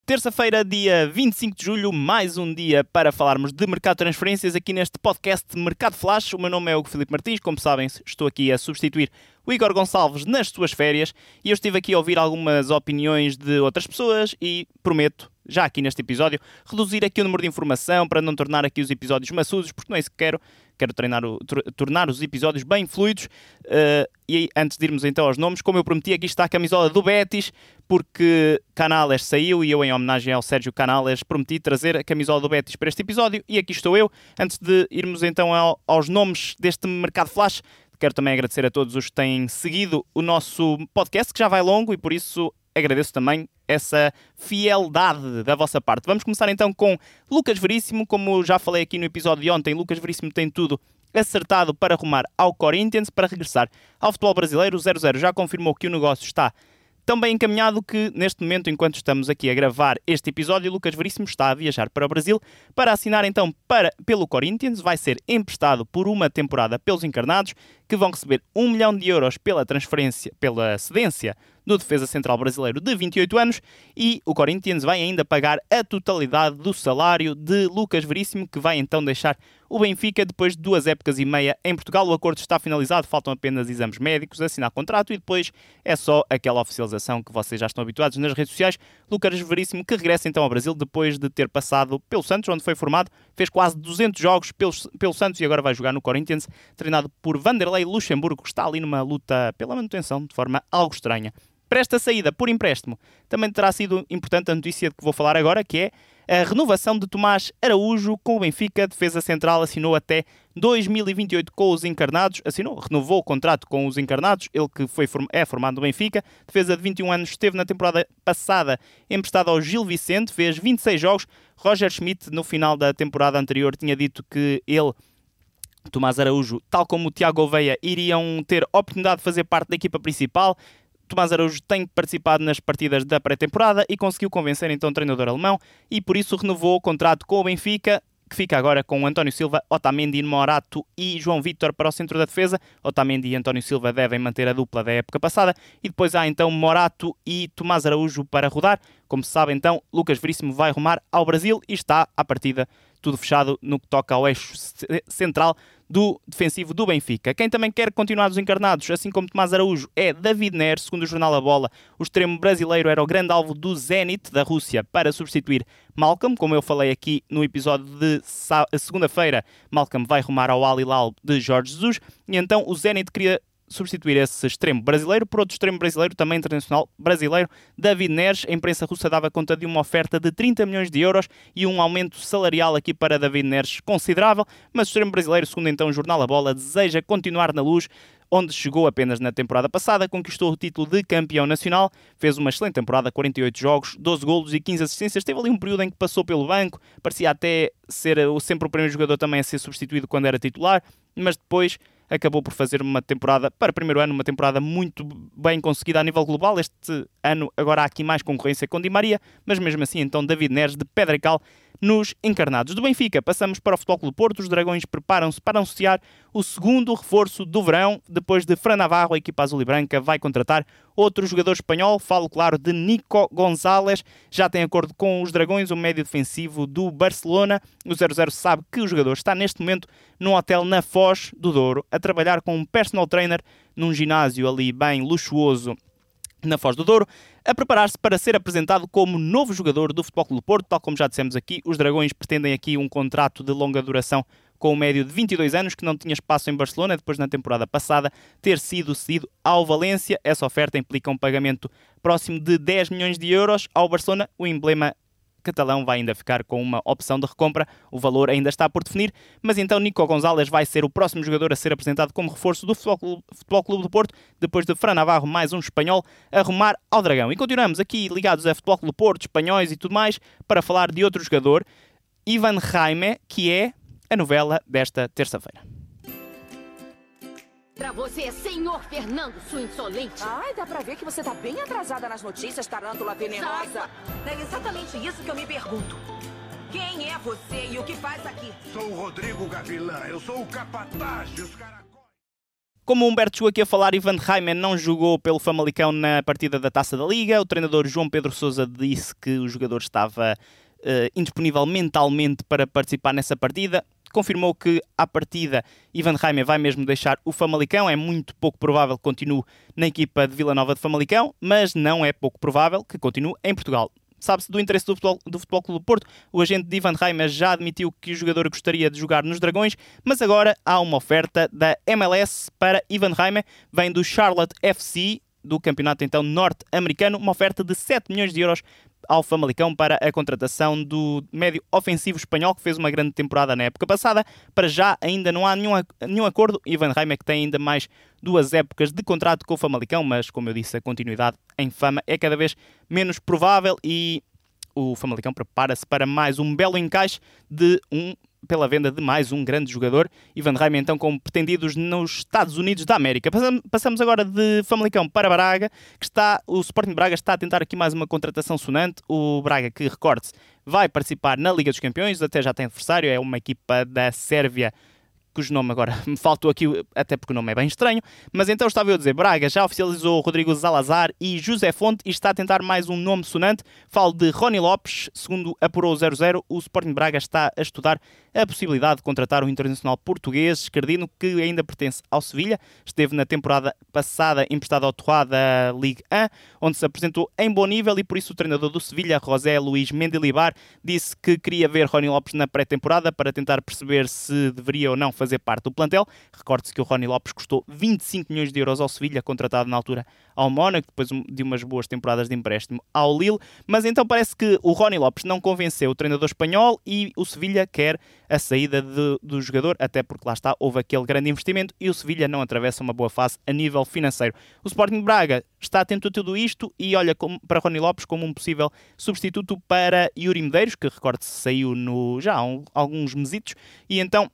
Terça-feira, dia 25 de julho, mais um dia para falarmos de mercado de transferências aqui neste podcast Mercado Flash. O meu nome é Hugo Filipe Martins, como sabem, estou aqui a substituir o Igor Gonçalves nas suas férias e eu estive aqui a ouvir algumas opiniões de outras pessoas e prometo, já aqui neste episódio, reduzir aqui o número de informação para não tornar aqui os episódios maçudos, porque não é isso que quero tornar os episódios bem fluidos. E antes de irmos então aos nomes, como eu prometi, aqui está a camisola do Betis, porque Canales saiu e eu, em homenagem ao Sérgio Canales, prometi trazer a camisola do Betis para este episódio e aqui estou eu. Antes de irmos então aos nomes deste Mercado Flash, quero também agradecer a todos os que têm seguido o nosso podcast, que já vai longo, e por isso agradeço também essa fieldade da vossa parte. Vamos começar então com Lucas Veríssimo. Como já falei aqui no episódio de ontem, Lucas Veríssimo tem tudo acertado para rumar ao Corinthians, para regressar ao futebol brasileiro. O 0-0 já confirmou que o negócio está tão bem encaminhado que, neste momento, enquanto estamos aqui a gravar este episódio, Lucas Veríssimo está a viajar para o Brasil para assinar então pelo Corinthians. Vai ser emprestado por uma temporada pelos encarnados, que vão receber 1 milhão de euros pela cedência do defesa central brasileiro de 28 anos, e o Corinthians vai ainda pagar a totalidade do salário de Lucas Veríssimo, que vai então deixar o Benfica depois de 2 épocas e meia em Portugal. O acordo está finalizado, faltam apenas exames médicos, assinar contrato e depois é só aquela oficialização que vocês já estão habituados nas redes sociais. Lucas Veríssimo, que regressa então ao Brasil depois de ter passado pelo Santos, onde foi formado, fez quase 200 jogos pelo Santos e agora vai jogar no Corinthians, treinado por Vanderlei Luxemburgo, que está ali numa luta pela manutenção de forma algo estranha. Para esta saída por empréstimo, também terá sido importante a notícia de que vou falar agora, que é a renovação de Tomás Araújo com o Benfica. Defesa central assinou até 2028 com os encarnados, renovou o contrato com os encarnados, ele que é formado no Benfica. Defesa de 21 anos, esteve na temporada passada emprestado ao Gil Vicente, fez 26 jogos. Roger Schmidt, no final da temporada anterior, tinha dito que Tomás Araújo, tal como o Tiago Gouveia, iriam ter a oportunidade de fazer parte da equipa principal. Tomás Araújo tem participado nas partidas da pré-temporada e conseguiu convencer então o treinador alemão e por isso renovou o contrato com o Benfica, que fica agora com António Silva, Otamendi, Morato e João Vítor para o centro da defesa. Otamendi e António Silva devem manter a dupla da época passada e depois há então Morato e Tomás Araújo para rodar. Como se sabe então, Lucas Veríssimo vai rumar ao Brasil e está à partida tudo fechado no que toca ao eixo central do defensivo do Benfica. Quem também quer continuar dos encarnados, assim como Tomás Araújo, é David Neres. Segundo o jornal A Bola, o extremo brasileiro era o grande alvo do Zenit da Rússia para substituir Malcolm. Como eu falei aqui no episódio de segunda-feira, Malcolm vai rumar ao Al Hilal de Jorge Jesus e então o Zenit queria substituir esse extremo brasileiro por outro extremo brasileiro, também internacional brasileiro, David Neres. A imprensa russa dava conta de uma oferta de 30 milhões de euros e um aumento salarial aqui para David Neres considerável, mas o extremo brasileiro, segundo então o jornal A Bola, deseja continuar na Luz, onde chegou apenas na temporada passada, conquistou o título de campeão nacional, fez uma excelente temporada, 48 jogos, 12 golos e 15 assistências. Teve ali um período em que passou pelo banco, parecia até ser sempre o primeiro jogador também a ser substituído quando era titular, mas depois acabou por fazer uma temporada, para o primeiro ano, uma temporada muito bem conseguida a nível global. Este ano agora há aqui mais concorrência com Di Maria, mas mesmo assim então David Neres de pedra e cal nos encarnados. Do Benfica passamos para o Futebol Clube do Porto. Os Dragões preparam-se para anunciar o segundo reforço do verão. Depois de Fran Navarro, a equipa azul e branca vai contratar outro jogador espanhol. Falo, claro, de Nico González. Já tem acordo com os Dragões, o médio defensivo do Barcelona. O 0-0 sabe que o jogador está neste momento num hotel na Foz do Douro, a trabalhar com um personal trainer num ginásio ali bem luxuoso na Foz do Douro, a preparar-se para ser apresentado como novo jogador do Futebol Clube do Porto. Tal como já dissemos aqui, os Dragões pretendem aqui um contrato de longa duração com um médio de 22 anos, que não tinha espaço em Barcelona, depois na temporada passada ter sido cedido ao Valência. Essa oferta implica um pagamento próximo de 10 milhões de euros ao Barcelona. O emblema catalão vai ainda ficar com uma opção de recompra, o valor ainda está por definir, mas então Nico González vai ser o próximo jogador a ser apresentado como reforço do Futebol Clube do Porto, depois de Fran Navarro, mais um espanhol, a rumar ao Dragão. E continuamos aqui ligados a Futebol Clube do Porto, espanhóis e tudo mais, para falar de outro jogador, Ivan Jaime, que é a novela desta terça-feira. Pra você, senhor Fernando, sua insolente. Ai, dá pra ver que você tá bem atrasada nas notícias, tarântula venenosa. É exatamente isso que eu me pergunto. Quem é você e o que faz aqui? Sou o Rodrigo Gavilã, eu sou o capataz dos caracóis. Como o Humberto chegou aqui a falar, Ivan Reimer não jogou pelo Famalicão na partida da Taça da Liga. O treinador João Pedro Sousa disse que o jogador estava indisponível mentalmente para participar nessa partida. Confirmou que, à partida, Ivan Reimer vai mesmo deixar o Famalicão. É muito pouco provável que continue na equipa de Vila Nova de Famalicão, mas não é pouco provável que continue em Portugal. Sabe-se do interesse do Futebol Clube do Porto. O agente de Ivan Reimer já admitiu que o jogador gostaria de jogar nos Dragões, mas agora há uma oferta da MLS para Ivan Reimer. Vem do Charlotte FC, do campeonato então norte-americano, uma oferta de 7 milhões de euros ao Famalicão para a contratação do médio ofensivo espanhol, que fez uma grande temporada na época passada. Para já ainda não há nenhum acordo. Ivan Reimer que tem ainda mais 2 épocas de contrato com o Famalicão, mas como eu disse, a continuidade em Fama é cada vez menos provável e o Famalicão prepara-se para mais um belo encaixe pela venda de mais um grande jogador. Ivan Reimer então como pretendidos nos Estados Unidos da América. Passamos agora de Famalicão para Braga, o Sporting Braga está a tentar aqui mais uma contratação sonante. O Braga, que recorde-se, vai participar na Liga dos Campeões, até já tem adversário, é uma equipa da Sérvia, cujo nome agora me faltou aqui, até porque o nome é bem estranho, mas então estava eu a dizer, Braga já oficializou Rodrigo Salazar e José Fonte e está a tentar mais um nome sonante. Falo de Rony Lopes, segundo apurou o 00, o Sporting Braga está a estudar a possibilidade de contratar o internacional português Escardino, que ainda pertence ao Sevilha, esteve na temporada passada emprestado ao Troyes da Ligue 1, onde se apresentou em bom nível e por isso o treinador do Sevilha, José Luís Mendilibar, disse que queria ver Rony Lopes na pré-temporada para tentar perceber se deveria ou não fazer parte do plantel. Recorde-se que o Rony Lopes custou 25 milhões de euros ao Sevilha, contratado na altura ao Mónaco, depois de umas boas temporadas de empréstimo ao Lille, mas então parece que o Rony Lopes não convenceu o treinador espanhol e o Sevilha quer a saída do jogador, até porque lá está, houve aquele grande investimento e o Sevilha não atravessa uma boa fase a nível financeiro. O Sporting Braga está atento a tudo isto e olha para Rony Lopes como um possível substituto para Yuri Medeiros, que recorde-se saiu já há alguns mesitos, e então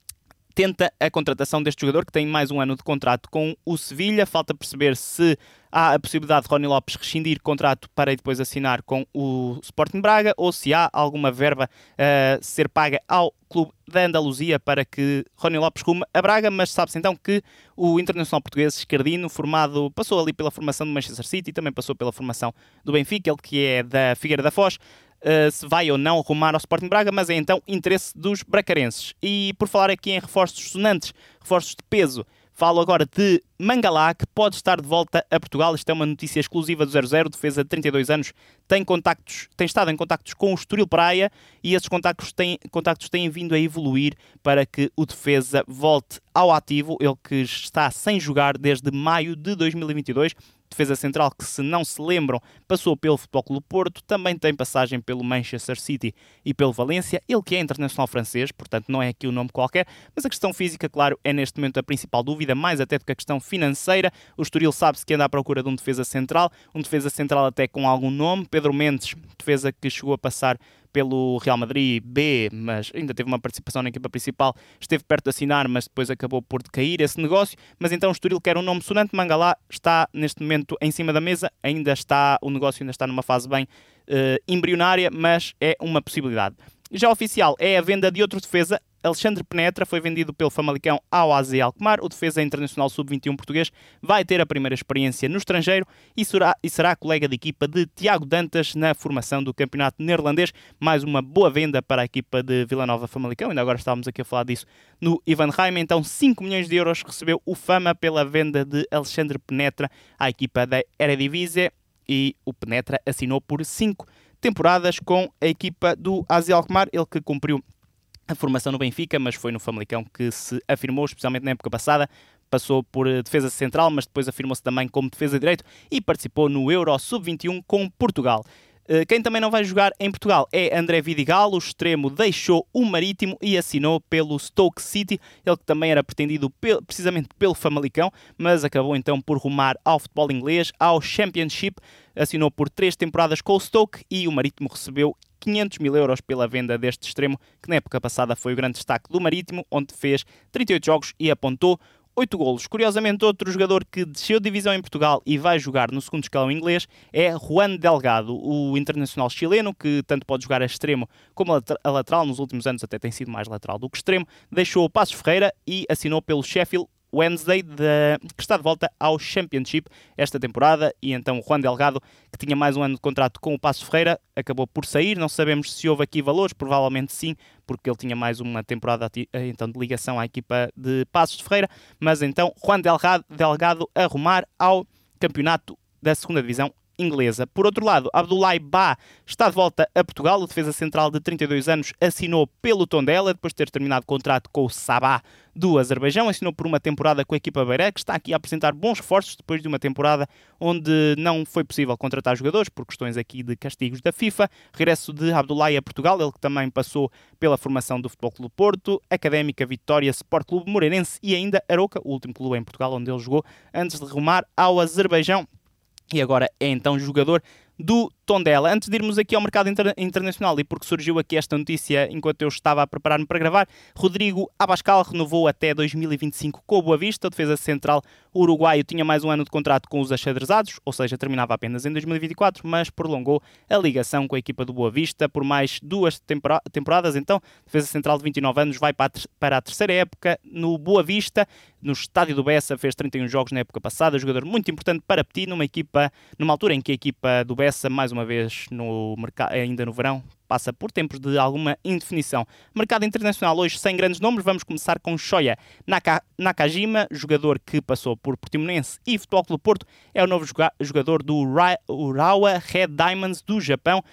tenta a contratação deste jogador que tem mais um ano de contrato com o Sevilha. Falta perceber se há a possibilidade de Rony Lopes rescindir contrato para depois assinar com o Sporting Braga ou se há alguma verba a ser paga ao clube da Andaluzia para que Rony Lopes rume a Braga, mas sabe-se então que o internacional português Escardino, passou ali pela formação do Manchester City e também passou pela formação do Benfica, ele que é da Figueira da Foz, se vai ou não rumar ao Sporting Braga, mas é então interesse dos bracarenses. E por falar aqui em reforços sonantes, reforços de peso, falo agora de Mangalá, que pode estar de volta a Portugal. Isto é uma notícia exclusiva do 00, defesa de 32 anos, tem estado em contactos com o Estoril Praia e esses contactos têm vindo a evoluir para que o defesa volte ao ativo, ele que está sem jogar desde maio de 2022. Defesa central que, se não se lembram, passou pelo Futebol Clube do Porto, também tem passagem pelo Manchester City e pelo Valência, ele que é internacional francês, portanto não é aqui um nome qualquer, mas a questão física, claro, é neste momento a principal dúvida, mais até do que a questão financeira. O Estoril sabe-se que anda à procura de um defesa central até com algum nome, Pedro Mendes, defesa que chegou a passar pelo Real Madrid B, mas ainda teve uma participação na equipa principal, esteve perto de assinar, mas depois acabou por decair esse negócio. Mas então o Estoril quer um nome sonante. Mangalá está neste momento em cima da mesa, o negócio ainda está numa fase bem embrionária, mas é uma possibilidade. Já oficial é a venda de outro defesa. Alexandre Penetra foi vendido pelo Famalicão ao AZ Alkmaar. O defesa internacional sub-21 português vai ter a primeira experiência no estrangeiro e será colega de equipa de Tiago Dantas na formação do campeonato neerlandês. Mais uma boa venda para a equipa de Vila Nova Famalicão. Ainda agora estávamos aqui a falar disso no Ivan Reimer. Então 5 milhões de euros recebeu o Fama pela venda de Alexandre Penetra à equipa da Eredivisie e o Penetra assinou por 5 temporadas com a equipa do AZ Alkmaar. Ele que cumpriu a formação no Benfica, mas foi no Famalicão que se afirmou, especialmente na época passada. Passou por defesa central, mas depois afirmou-se também como defesa de direito e participou no Euro Sub-21 com Portugal. Quem também não vai jogar em Portugal é André Vidigal. O extremo deixou o Marítimo e assinou pelo Stoke City, ele que também era pretendido precisamente pelo Famalicão, mas acabou então por rumar ao futebol inglês, ao Championship. Assinou por 3 temporadas com o Stoke e o Marítimo recebeu 500 mil euros pela venda deste extremo, que na época passada foi o grande destaque do Marítimo, onde fez 38 jogos e apontou 8 golos. Curiosamente, outro jogador que desceu de divisão em Portugal e vai jogar no segundo escalão inglês é Juan Delgado, o internacional chileno, que tanto pode jogar a extremo como a lateral. Nos últimos anos até tem sido mais lateral do que extremo. Deixou o Passos Ferreira e assinou pelo Sheffield Wednesday, que está de volta ao Championship esta temporada, e então o Juan Delgado, que tinha mais um ano de contrato com o Paços Ferreira, acabou por sair. Não sabemos se houve aqui valores, provavelmente sim, porque ele tinha mais uma temporada então de ligação à equipa de Paços de Ferreira, mas então Juan Delgado a rumar ao campeonato da segunda divisão inglesa. Por outro lado, Abdoulaye Ba está de volta a Portugal. O defesa central de 32 anos assinou pelo Tondela, depois de ter terminado o contrato com o Sabah do Azerbaijão. Assinou por uma temporada com a equipa beirã, que está aqui a apresentar bons reforços depois de uma temporada onde não foi possível contratar jogadores por questões aqui de castigos da FIFA. Regresso de Abdoulaye a Portugal, ele que também passou pela formação do Futebol Clube Porto, Académica, Vitória, Sport Clube Moreirense e ainda Aroca, o último clube em Portugal onde ele jogou antes de rumar ao Azerbaijão. E agora é então jogador do Tondela. Antes de irmos aqui ao mercado internacional, e porque surgiu aqui esta notícia enquanto eu estava a preparar-me para gravar, Rodrigo Abascal renovou até 2025 com o Boa Vista. O defesa central uruguaio tinha mais um ano de contrato com os achadrezados, ou seja, terminava apenas em 2024, mas prolongou a ligação com a equipa do Boa Vista por mais 2 temporadas. Então, defesa central de 29 anos vai para a terceira época no Boa Vista, no estádio do Bessa. Fez 31 jogos na época passada, jogador muito importante para Petit, numa altura em que a equipa do Bessa, mais uma vez ainda no verão, passa por tempos de alguma indefinição. Mercado internacional hoje sem grandes nomes. Vamos começar com Shoya Nakajima, jogador que passou por Portimonense e Futebol Clube Porto. É o novo jogador do Urawa Red Diamonds do Japão.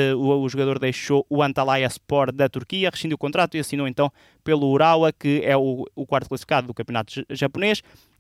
O jogador deixou o Antalya Sport da Turquia, rescindiu o contrato e assinou então pelo Urawa, que é o quarto classificado do campeonato japonês,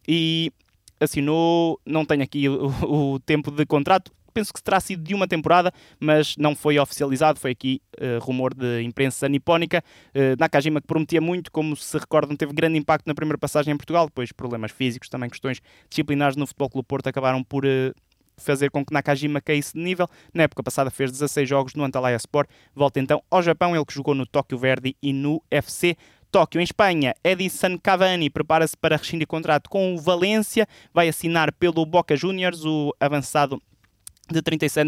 e assinou, não tenho aqui o tempo de contrato, penso que terá sido de uma temporada, mas não foi oficializado. Foi aqui rumor de imprensa nipónica. Nakajima, que prometia muito, como se recordam, teve grande impacto na primeira passagem em Portugal, depois problemas físicos, também questões disciplinares no Futebol Clube Porto acabaram por fazer com que Nakajima caísse de nível. Na época passada fez 16 jogos no Antalya Sport. Volta então ao Japão, ele que jogou no Tóquio Verdy e no FC Tóquio. Em Espanha, Edinson Cavani prepara-se para rescindir contrato com o Valência, vai assinar pelo Boca Juniors. O avançado de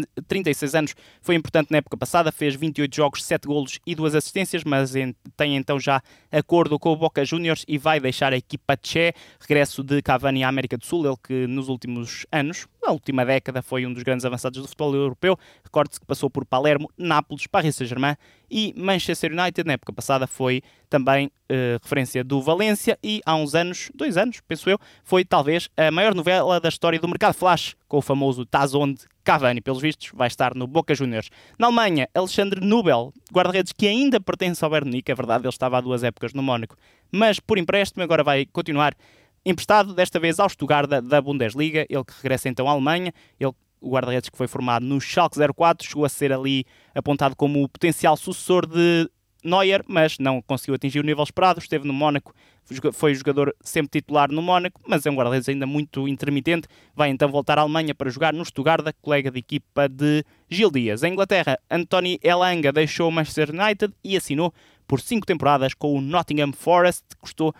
36 anos foi importante na época passada, fez 28 jogos, 7 golos e 2 assistências, mas tem então já acordo com o Boca Juniors e vai deixar a equipa Che. Regresso de Cavani à América do Sul, ele que nos últimos anos, na última década, foi um dos grandes avançados do futebol europeu. Recorde-se que passou por Palermo, Nápoles, Paris Saint-Germain e Manchester United. Na época passada foi também referência do Valência e há uns anos, 2 anos, penso eu, foi talvez a maior novela da história do mercado flash, com o famoso Tazon de Cavani. Pelos vistos, vai estar no Boca Juniors. Na Alemanha, Alexandre Nubel, guarda-redes que ainda pertence ao Bayern de Munique. É verdade, ele estava há 2 épocas no Mónaco, mas por empréstimo agora vai continuar emprestado, desta vez ao Stuttgart da Bundesliga. Ele que regressa então à Alemanha. O guarda-redes que foi formado no Schalke 04, chegou a ser ali apontado como o potencial sucessor de Neuer, mas não conseguiu atingir o nível esperado. Esteve no Mónaco, foi jogador sempre titular no Mónaco, mas é um guarda-redes ainda muito intermitente. Vai então voltar à Alemanha para jogar no Stuttgart, colega de equipa de Gil Dias. Em Inglaterra, Anthony Elanga deixou o Manchester United e assinou por 5 temporadas com o Nottingham Forest. Custou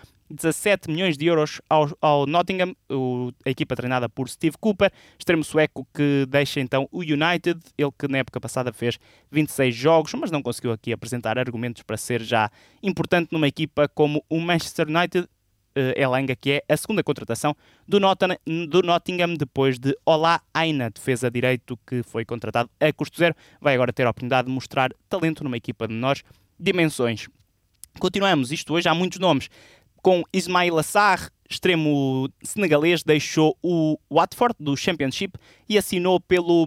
17 milhões de euros ao Nottingham, a equipa treinada por Steve Cooper, extremo sueco que deixa então o United. Ele que na época passada fez 26 jogos, mas não conseguiu aqui apresentar argumentos para ser já importante numa equipa como o Manchester United. Elanga, que é a segunda contratação do Nottingham depois de Ola Aina, defesa direito que foi contratado a custo zero. Vai agora ter a oportunidade de mostrar talento numa equipa de menores dimensões. Continuamos, isto hoje há muitos nomes, com Ismail Assar, extremo senegalês, deixou o Watford do Championship e assinou pelo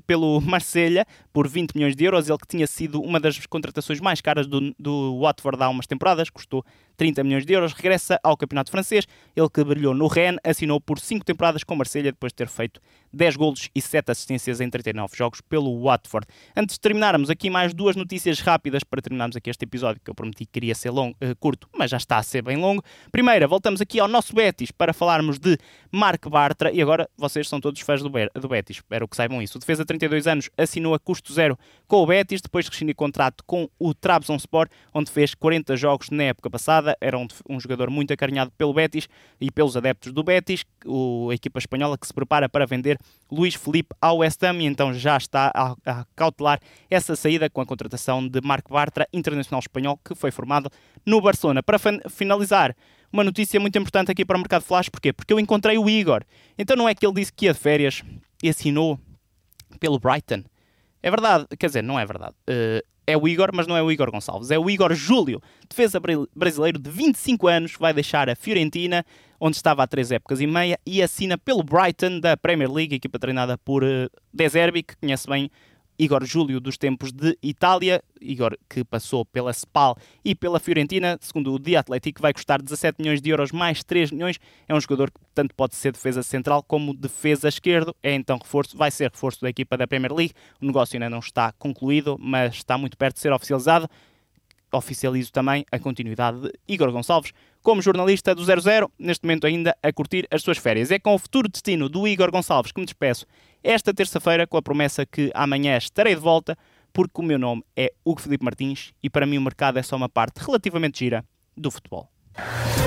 Marselha por 20 milhões de euros. Ele que tinha sido uma das contratações mais caras do Watford há umas temporadas, custou 30 milhões de euros. Regressa ao campeonato francês, ele que brilhou no Rennes, assinou por 5 temporadas com Marselha, depois de ter feito 10 golos e 7 assistências em 39 jogos pelo Watford. Antes de terminarmos aqui, mais 2 notícias rápidas para terminarmos aqui este episódio, que eu prometi que queria ser curto, mas já está a ser bem longo. Primeira, voltamos aqui ao nosso Betis para falarmos de Marc Bartra, e agora vocês são todos fãs do Betis, espero que saibam isso. O defesa de 32 anos assinou a custo zero com o Betis, depois de rescindir contrato com o Trabzonspor, onde fez 40 jogos na época passada. Era um jogador muito acarinhado pelo Betis e pelos adeptos do Betis. A equipa espanhola que se prepara para vender Luís Filipe ao West Ham, e então já está a cautelar essa saída com a contratação de Marc Bartra, internacional espanhol, que foi formado no Barcelona. Para finalizar, uma notícia muito importante aqui para o Mercado Flash. Porquê? Porque eu encontrei o Igor. Então não é que ele disse que ia de férias e assinou pelo Brighton. É verdade, quer dizer, não é verdade. É o Igor, mas não é o Igor Gonçalves. É o Igor Júlio, defesa brasileiro de 25 anos, vai deixar a Fiorentina, onde estava há 3 épocas e meia, e assina pelo Brighton da Premier League, equipa treinada por De Zerbi, que conhece bem Igor Júlio dos tempos de Itália. Igor que passou pela Spal e pela Fiorentina, segundo o The Athletic, vai custar 17 milhões de euros mais 3 milhões. É um jogador que tanto pode ser defesa central como defesa esquerdo. É então reforço, vai ser reforço da equipa da Premier League. O negócio ainda não está concluído, mas está muito perto de ser oficializado. Oficializo também a continuidade de Igor Gonçalves como jornalista do 00, neste momento ainda a curtir as suas férias. É com o futuro destino do Igor Gonçalves que me despeço esta terça-feira, com a promessa que amanhã estarei de volta, porque o meu nome é Hugo Filipe Martins e para mim o mercado é só uma parte relativamente gira do futebol.